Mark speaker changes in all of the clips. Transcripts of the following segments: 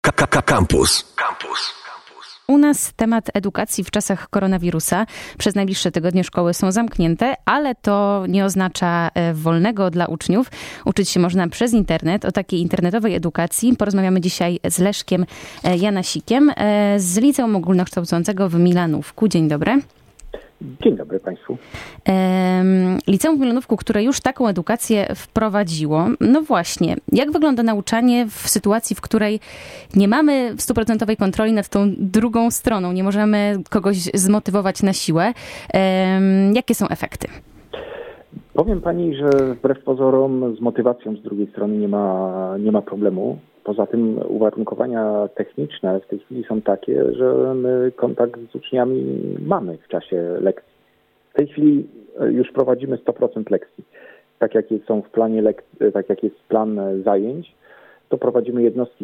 Speaker 1: Campus.
Speaker 2: U nas temat edukacji w czasach koronawirusa. Przez najbliższe tygodnie szkoły są zamknięte, ale to nie oznacza wolnego dla uczniów. Uczyć się można przez internet. O takiej internetowej edukacji porozmawiamy dzisiaj z Leszkiem Janasikiem z Liceum Ogólnokształcącego w Milanówku. Dzień dobry.
Speaker 3: Dzień dobry Państwu.
Speaker 2: Liceum w Milanówku, które już taką edukację wprowadziło. No właśnie, jak wygląda nauczanie w sytuacji, w której nie mamy 100% kontroli nad tą drugą stroną, nie możemy kogoś zmotywować na siłę? Jakie są efekty?
Speaker 3: Powiem Pani, że wbrew pozorom z motywacją z drugiej strony nie ma problemu. Poza tym uwarunkowania techniczne w tej chwili są takie, że my kontakt z uczniami mamy w czasie lekcji. W tej chwili już prowadzimy 100% lekcji. Tak jak są w planie tak jak jest plan zajęć, to prowadzimy jednostki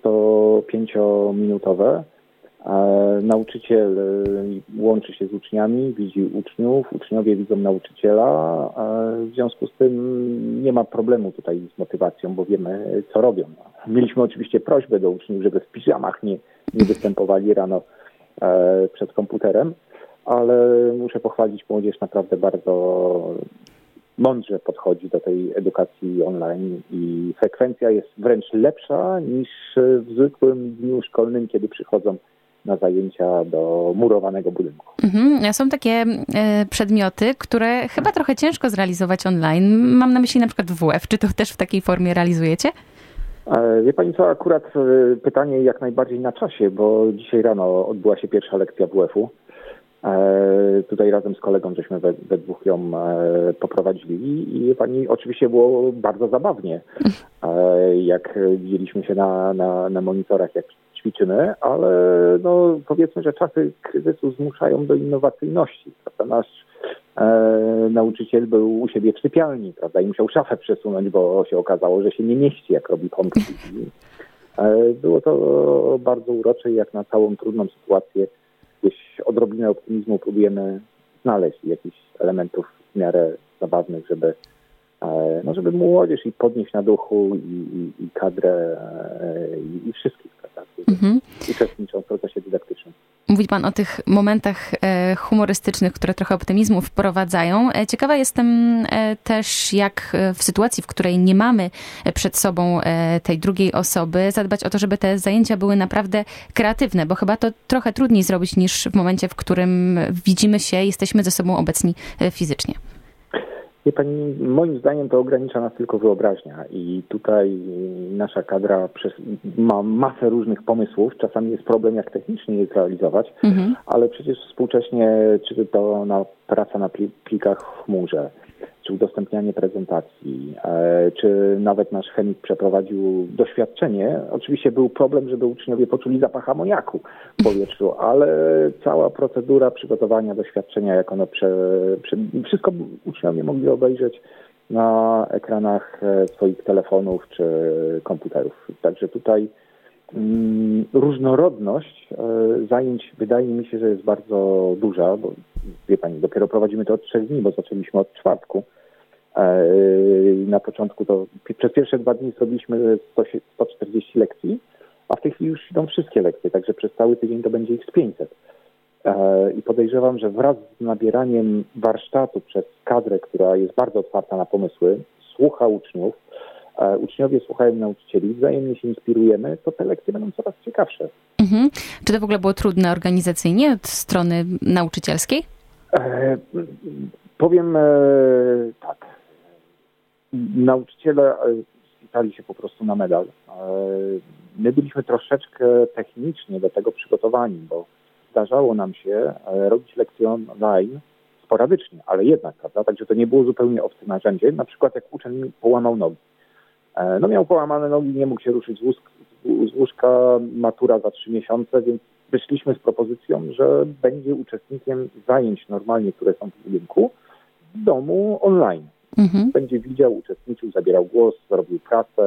Speaker 3: 45-minutowe. Nauczyciel łączy się z uczniami, widzi uczniów, uczniowie widzą nauczyciela. W związku z tym nie ma problemu tutaj z motywacją, bo wiemy, co robią. Mieliśmy oczywiście prośbę do uczniów, żeby w piżamach nie występowali rano przed komputerem, ale muszę pochwalić, młodzież naprawdę bardzo mądrze podchodzi do tej edukacji online i frekwencja jest wręcz lepsza niż w zwykłym dniu szkolnym, kiedy przychodzą na zajęcia do murowanego budynku.
Speaker 2: Są takie przedmioty, które chyba trochę ciężko zrealizować online. Mam na myśli na przykład WF. Czy to też w takiej formie realizujecie?
Speaker 3: Wie Pani co, akurat pytanie jak najbardziej na czasie, bo dzisiaj rano odbyła się pierwsza lekcja WF-u. Tutaj razem z kolegą żeśmy we dwóch ją poprowadzili i Pani oczywiście było bardzo zabawnie, jak widzieliśmy się na monitorach, jak ćwiczymy, ale no, powiedzmy, że czasy kryzysu zmuszają do innowacyjności. Prawda? Nasz nauczyciel był u siebie w sypialni, prawda, i musiał szafę przesunąć, bo się okazało, że się nie mieści, jak robi pompki. Było to bardzo urocze i jak na całą trudną sytuację gdzieś odrobinę optymizmu próbujemy znaleźć jakichś elementów w miarę zabawnych, żeby młodzież i podnieść na duchu i kadrę i wszystkich, prawda, którzy uczestniczą w procesie dydaktycznym.
Speaker 2: Mówi Pan o tych momentach humorystycznych, które trochę optymizmu wprowadzają. Ciekawa jestem też, jak w sytuacji, w której nie mamy przed sobą tej drugiej osoby, zadbać o to, żeby te zajęcia były naprawdę kreatywne, bo chyba to trochę trudniej zrobić niż w momencie, w którym widzimy się, jesteśmy ze sobą obecni fizycznie.
Speaker 3: Wie Pani, moim zdaniem to ogranicza nas tylko wyobraźnia i tutaj nasza kadra ma masę różnych pomysłów. Czasami jest problem, jak technicznie je zrealizować, ale przecież współcześnie, czy to praca na plikach w chmurze, czy udostępnianie prezentacji, czy nawet nasz chemik przeprowadził doświadczenie. Oczywiście był problem, żeby uczniowie poczuli zapach amoniaku w powietrzu, ale cała procedura przygotowania doświadczenia, jak ono wszystko uczniowie mogli obejrzeć na ekranach swoich telefonów czy komputerów. Także tutaj różnorodność zajęć wydaje mi się, że jest bardzo duża, bo wie Pani, dopiero prowadzimy to od 3 dni, bo zaczęliśmy od czwartku. Na początku to przez pierwsze 2 dni zrobiliśmy 140 lekcji, a w tej chwili już idą wszystkie lekcje, także przez cały tydzień to będzie ich z 500. I podejrzewam, że wraz z nabieraniem warsztatu przez kadrę, która jest bardzo otwarta na pomysły, słucha uczniów, uczniowie słuchają nauczycieli, wzajemnie się inspirujemy, to te lekcje będą coraz ciekawsze.
Speaker 2: Czy to w ogóle było trudne organizacyjnie od strony nauczycielskiej?
Speaker 3: Powiem tak. Nauczyciele spisali się po prostu na medal. My byliśmy troszeczkę technicznie do tego przygotowani, bo zdarzało nam się robić lekcje online sporadycznie, ale jednak, prawda? Także to nie było zupełnie obce narzędzie. Na przykład jak uczeń połamał nogi. No miał połamane nogi, nie mógł się ruszyć z łóżka, matura za 3 miesiące, więc wyszliśmy z propozycją, że będzie uczestnikiem zajęć normalnie, które są w budynku, w domu online. Będzie widział, uczestniczył, zabierał głos, robił pracę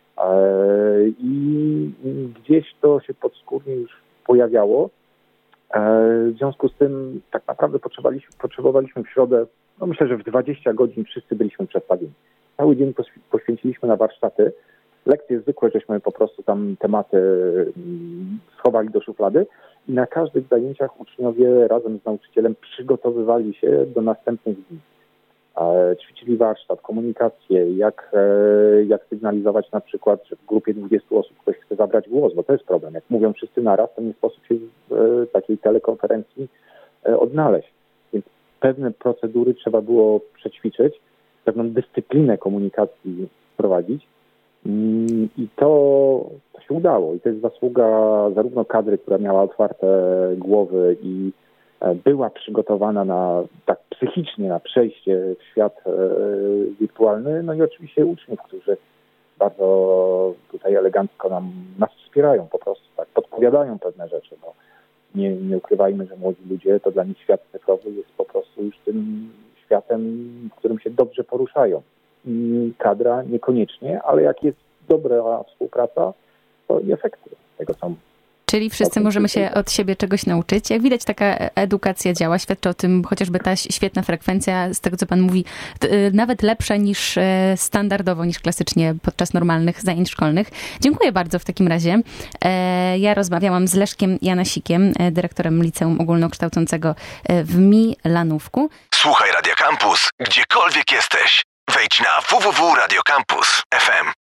Speaker 3: i gdzieś to się podskórnie już pojawiało. W związku z tym tak naprawdę potrzebowaliśmy w środę, myślę, że w 20 godzin wszyscy byliśmy przedstawieni. Cały dzień poświęciliśmy na warsztaty, lekcje zwykłe, żeśmy po prostu tam tematy schowali do szuflady i na każdych zajęciach uczniowie razem z nauczycielem przygotowywali się do następnych dni. Ćwiczyli warsztat, komunikację, jak sygnalizować na przykład, że w grupie 20 osób ktoś chce zabrać głos, bo to jest problem. Jak mówią wszyscy naraz, to nie sposób się w takiej telekonferencji odnaleźć. Więc pewne procedury trzeba było przećwiczyć, pewną dyscyplinę komunikacji wprowadzić i to się udało. I to jest zasługa zarówno kadry, która miała otwarte głowy i była przygotowana tak psychicznie na przejście w świat wirtualny, no i oczywiście uczniów, którzy bardzo tutaj elegancko nas wspierają po prostu, tak, podpowiadają pewne rzeczy, bo nie ukrywajmy, że młodzi ludzie, to dla nich świat cyfrowy jest po prostu już tym światem, w którym się dobrze poruszają. I kadra niekoniecznie, ale jak jest dobra współpraca, to i efekty tego są.
Speaker 2: Czyli wszyscy możemy się od siebie czegoś nauczyć. Jak widać, taka edukacja działa. Świadczy o tym chociażby ta świetna frekwencja, z tego co pan mówi, nawet lepsza niż standardowo, niż klasycznie podczas normalnych zajęć szkolnych. Dziękuję bardzo w takim razie. Ja rozmawiałam z Leszkiem Janasikiem, dyrektorem Liceum Ogólnokształcącego w Milanówku.
Speaker 1: Słuchaj Radio Campus, gdziekolwiek jesteś. Wejdź na www.radiocampus.fm.